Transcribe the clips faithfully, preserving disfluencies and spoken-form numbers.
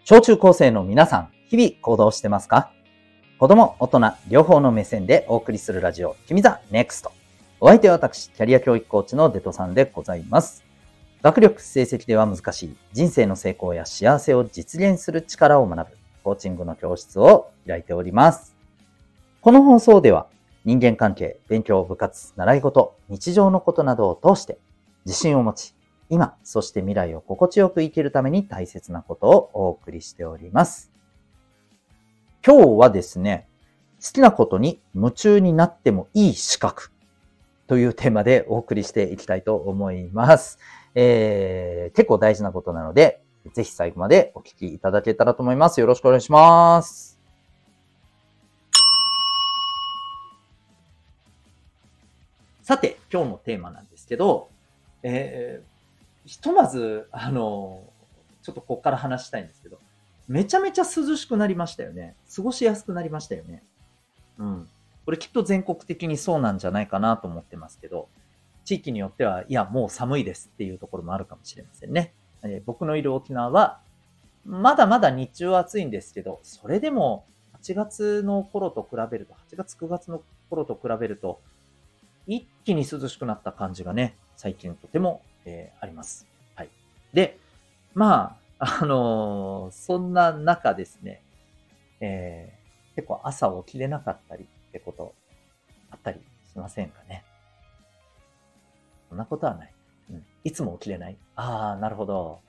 小中高生の皆さん、日々行動してますか？子供、大人、両方の目線でお送りするラジオ、君ザネクスト。お相手は私、キャリア教育コーチのデトさんでございます。学力、成績では難しい人生の成功や幸せを実現する力を学ぶコーチングの教室を開いております。この放送では人間関係、勉強、部活、習い事、日常のことなどを通して自信を持ち、今、そして未来を心地よく生きるために大切なことをお送りしております。今日はですね、好きなことに夢中になってもいい資格というテーマでお送りしていきたいと思います。えー、結構大事なことなので、ぜひ最後までお聞きいただけたらと思います。よろしくお願いします。さて、今日のテーマなんですけど、えー、ひとまず、あの、ちょっとここから話したいんですけど、めちゃめちゃ涼しくなりましたよね。過ごしやすくなりましたよね。うん。これきっと全国的にそうなんじゃないかなと思ってますけど、地域によっては、いや、もう寒いですっていうところもあるかもしれませんね。えー僕のいる沖縄は、まだまだ日中は暑いんですけど、それでもはちがつの頃と比べると、はちがつくがつの頃と比べると、一気に涼しくなった感じがね、最近とても、えーあります。はい。で、まあ、あのーそんな中ですね、えー結構朝起きれなかったりってことあったりしませんかね。そんなことはない。うん。いつも起きれない。ああ、なるほど。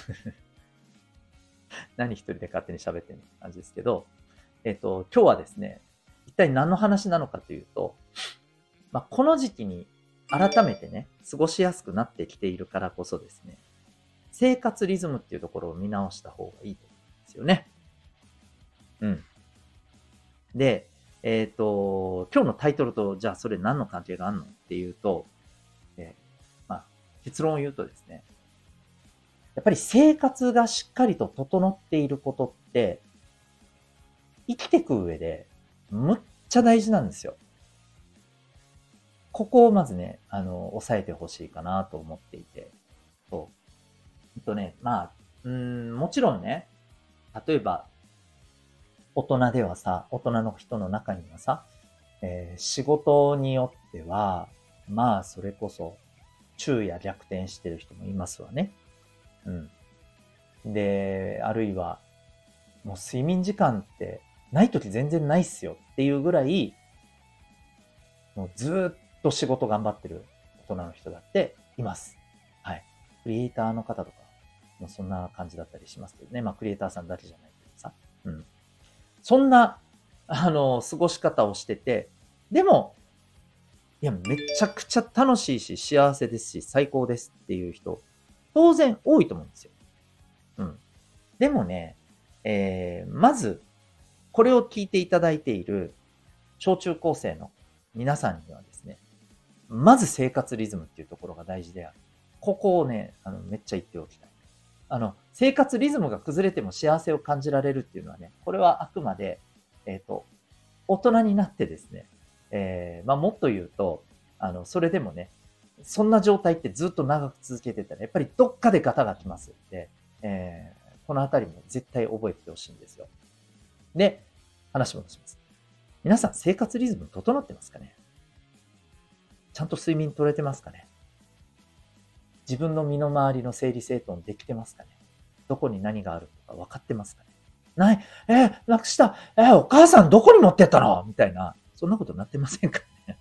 何一人で勝手に喋ってるのって感じですけど、えっと、今日はですね、一体何の話なのかというと、まあ、この時期に改めてね、過ごしやすくなってきているからこそですね、生活リズムっていうところを見直した方がいいと思うんですよね。うん。で、えっと、今日のタイトルと、じゃあそれ何の関係があるのっていうと、えーまあ、結論を言うとですね、やっぱり生活がしっかりと整っていることって、生きていく上で、むっちゃ大事なんですよ。ここをまずね、あの、押さえてほしいかなと思っていて。そう。ほんとね、まあ、うーん、もちろんね、例えば、大人ではさ、大人の人の中にはさ、えー仕事によっては、まあ、それこそ、昼夜逆転してる人もいますわね。うん。で、あるいは、もう睡眠時間ってない時全然ないっすよっていうぐらい、もうずーっと仕事頑張ってる大人の人だっています。はい。クリエイターの方とか、もうそんな感じだったりしますけどね。まあ、クリエイターさんだけじゃないけどさ。うん。そんな、あの、過ごし方をしてて、でも、いや、めちゃくちゃ楽しいし、幸せですし、最高ですっていう人、当然多いと思うんですよ。うん。でもね、えー、まず、これを聞いていただいている小中高生の皆さんにはですね、まず生活リズムっていうところが大事である。ここをね、あの、めっちゃ言っておきたい。あの、生活リズムが崩れても幸せを感じられるっていうのはね、これはあくまで、えっと、大人になってですね、えー、まあ、もっと言うと、あの、それでもね、そんな状態ってずっと長く続けてたら、やっぱりどっかでガタが来ますんで、えー、このあたりも絶対覚えててほしいんですよ。で、話戻します。皆さん生活リズム整ってますかね？ちゃんと睡眠取れてますかね？自分の身の回りの整理整頓できてますかね？どこに何があるとか分かってますかね？ない、えー、なくした、えー、お母さんどこに持ってったのみたいな、そんなことなってませんかね？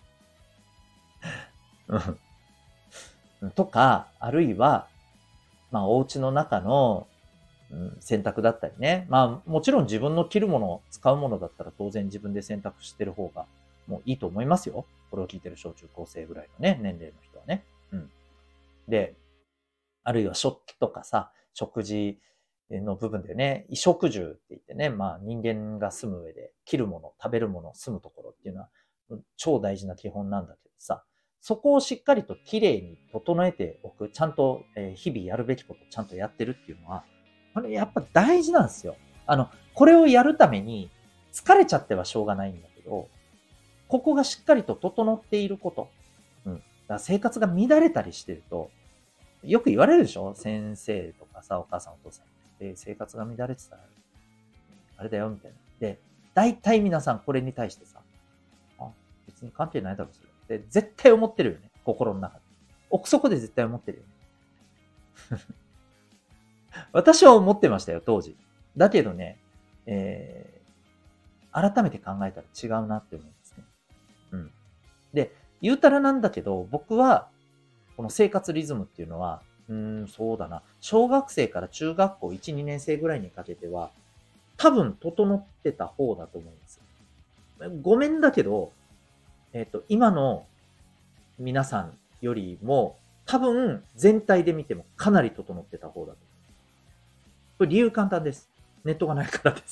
うん。とか、あるいは、まあ、お家の中の、うん、洗濯だったりね。まあ、もちろん自分の着るもの、使うものだったら当然自分で洗濯してる方がもういいと思いますよ。これを聞いてる小中高生ぐらいのね、年齢の人はね。うん。で、あるいは食器とかさ、食事の部分でね、衣食住って言ってね、まあ人間が住む上で、着るもの、食べるもの、住むところっていうのは、超大事な基本なんだけどさ、そこをしっかりと綺麗に整えておく、ちゃんと、えー日々やるべきことちゃんとやってるっていうのは、これやっぱ大事なんですよ。あの、これをやるために疲れちゃってはしょうがないんだけど、ここがしっかりと整っていること。うん。だから生活が乱れたりしてると、よく言われるでしょ？先生とかさ、お母さんお父さん。 で、生活が乱れてたら、あれだよ、みたいな。で、大体皆さんこれに対してさ、あ、別に関係ないだろ、それ。で、絶対思ってるよね。心の中で。奥底で絶対思ってるよね。私は思ってましたよ、当時。だけどね、えー、改めて考えたら違うなって思うんですね。うん。で、言うたらなんだけど、僕は、この生活リズムっていうのは、うーん、そうだな。小学生から中学校いち、にねん生ぐらいにかけては、多分整ってた方だと思うんです。ごめんだけど、えっと、今の皆さんよりも、多分全体で見てもかなり整ってた方だと思う。これ理由簡単です。ネットがないからです。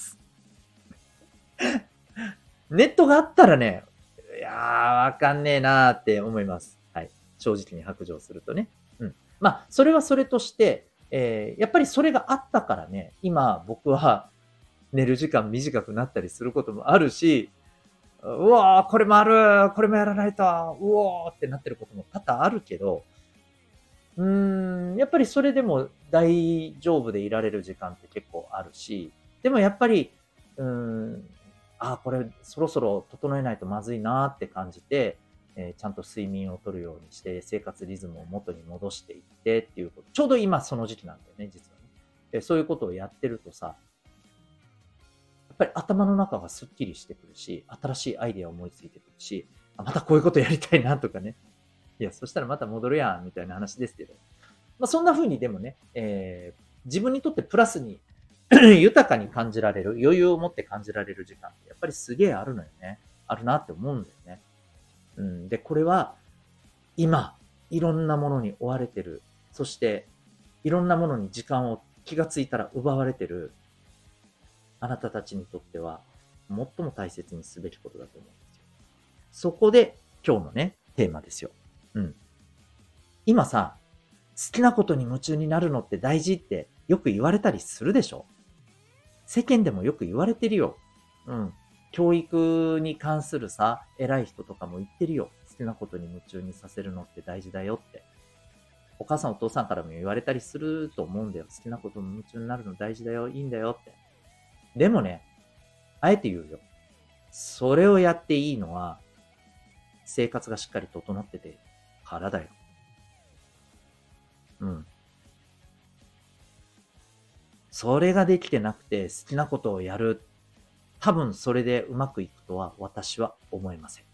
ネットがあったらね、いやー、わかんねえなーって思います。はい。正直に白状するとね。うん。まあ、それはそれとして、えー、やっぱりそれがあったからね、今僕は寝る時間短くなったりすることもあるし、うわー、これもある、これもやらないと、うおーってなってることも多々あるけど、うーん、やっぱりそれでも大丈夫でいられる時間って結構あるし、でもやっぱり、うーん、あ、これそろそろ整えないとまずいなって感じて、えーちゃんと睡眠をとるようにして、生活リズムを元に戻していってっていうこと。ちょうど今その時期なんだよね、実はね。でそういうことをやってるとさ、やっぱり頭の中がスッキリしてくるし、新しいアイデアを思いついてくるし、あ、またこういうことやりたいなとかね。いや、そしたらまた戻るやん、みたいな話ですけど。まあ、そんな風にでもね、えー、自分にとってプラスに豊かに感じられる、余裕を持って感じられる時間って、やっぱりすげえあるのよね。あるなって思うんだよね。うん。で、これは、今、いろんなものに追われてる。そして、いろんなものに時間を気がついたら奪われてる、あなたたちにとっては、最も大切にすべきことだと思うんですよ。そこで、今日のね、テーマですよ。うん。今さ、好きなことに夢中になるのって大事ってよく言われたりするでしょ？世間でもよく言われてるよ。うん。教育に関するさ、偉い人とかも言ってるよ。好きなことに夢中にさせるのって大事だよって。お母さんお父さんからも言われたりすると思うんだよ。好きなことに夢中になるの大事だよ。いいんだよって。でもね、あえて言うよ。それをやっていいのは、生活がしっかり整っててからだよ。うん。それができてなくて好きなことをやる。多分それでうまくいくとは私は思えません。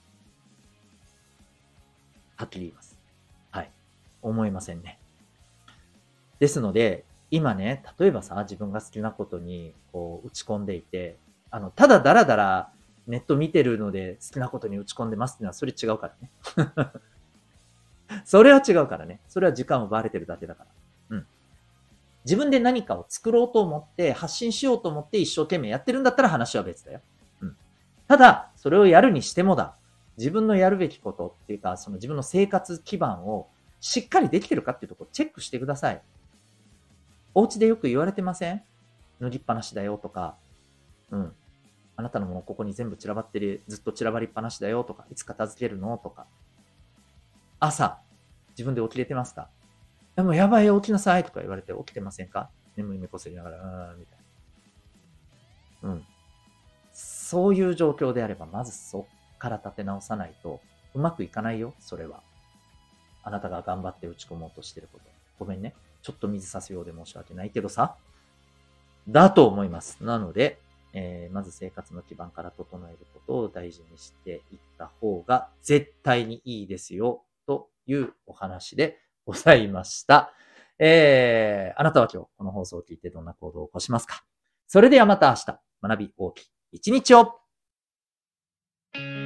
はっきり言います。はい。思えませんね。ですので、今ね、例えばさ、自分が好きなことにこう打ち込んでいて、あの、ただだらだらネット見てるので好きなことに打ち込んでますっていうのはそれ違うからね。それは違うからね。それは時間を奪われてるだけだから。うん。自分で何かを作ろうと思って発信しようと思って一生懸命やってるんだったら話は別だよ。うん。ただ、それをやるにしてもだ。自分のやるべきことっていうか、その自分の生活基盤をしっかりできてるかっていうところをチェックしてください。お家でよく言われてません？脱ぎっぱなしだよとか、うん。あなたのものここに全部散らばってる、ずっと散らばりっぱなしだよとか、いつ片付けるのとか。朝、自分で起きれてますか？でもやばいよ、起きなさいとか言われて起きてませんか？眠い目こすりながら、うーん、みたいな。うん。そういう状況であれば、まずそっから立て直さないと、うまくいかないよ、それは。あなたが頑張って打ち込もうとしてること。ごめんね。ちょっと水差すようで申し訳ないけどさ。だと思います。なので、えー、まず生活の基盤から整えることを大事にしていった方が絶対にいいですよ、というお話でございました。えー、あなたは今日この放送を聞いてどんな行動を起こしますか？それではまた明日、学び大きい一日を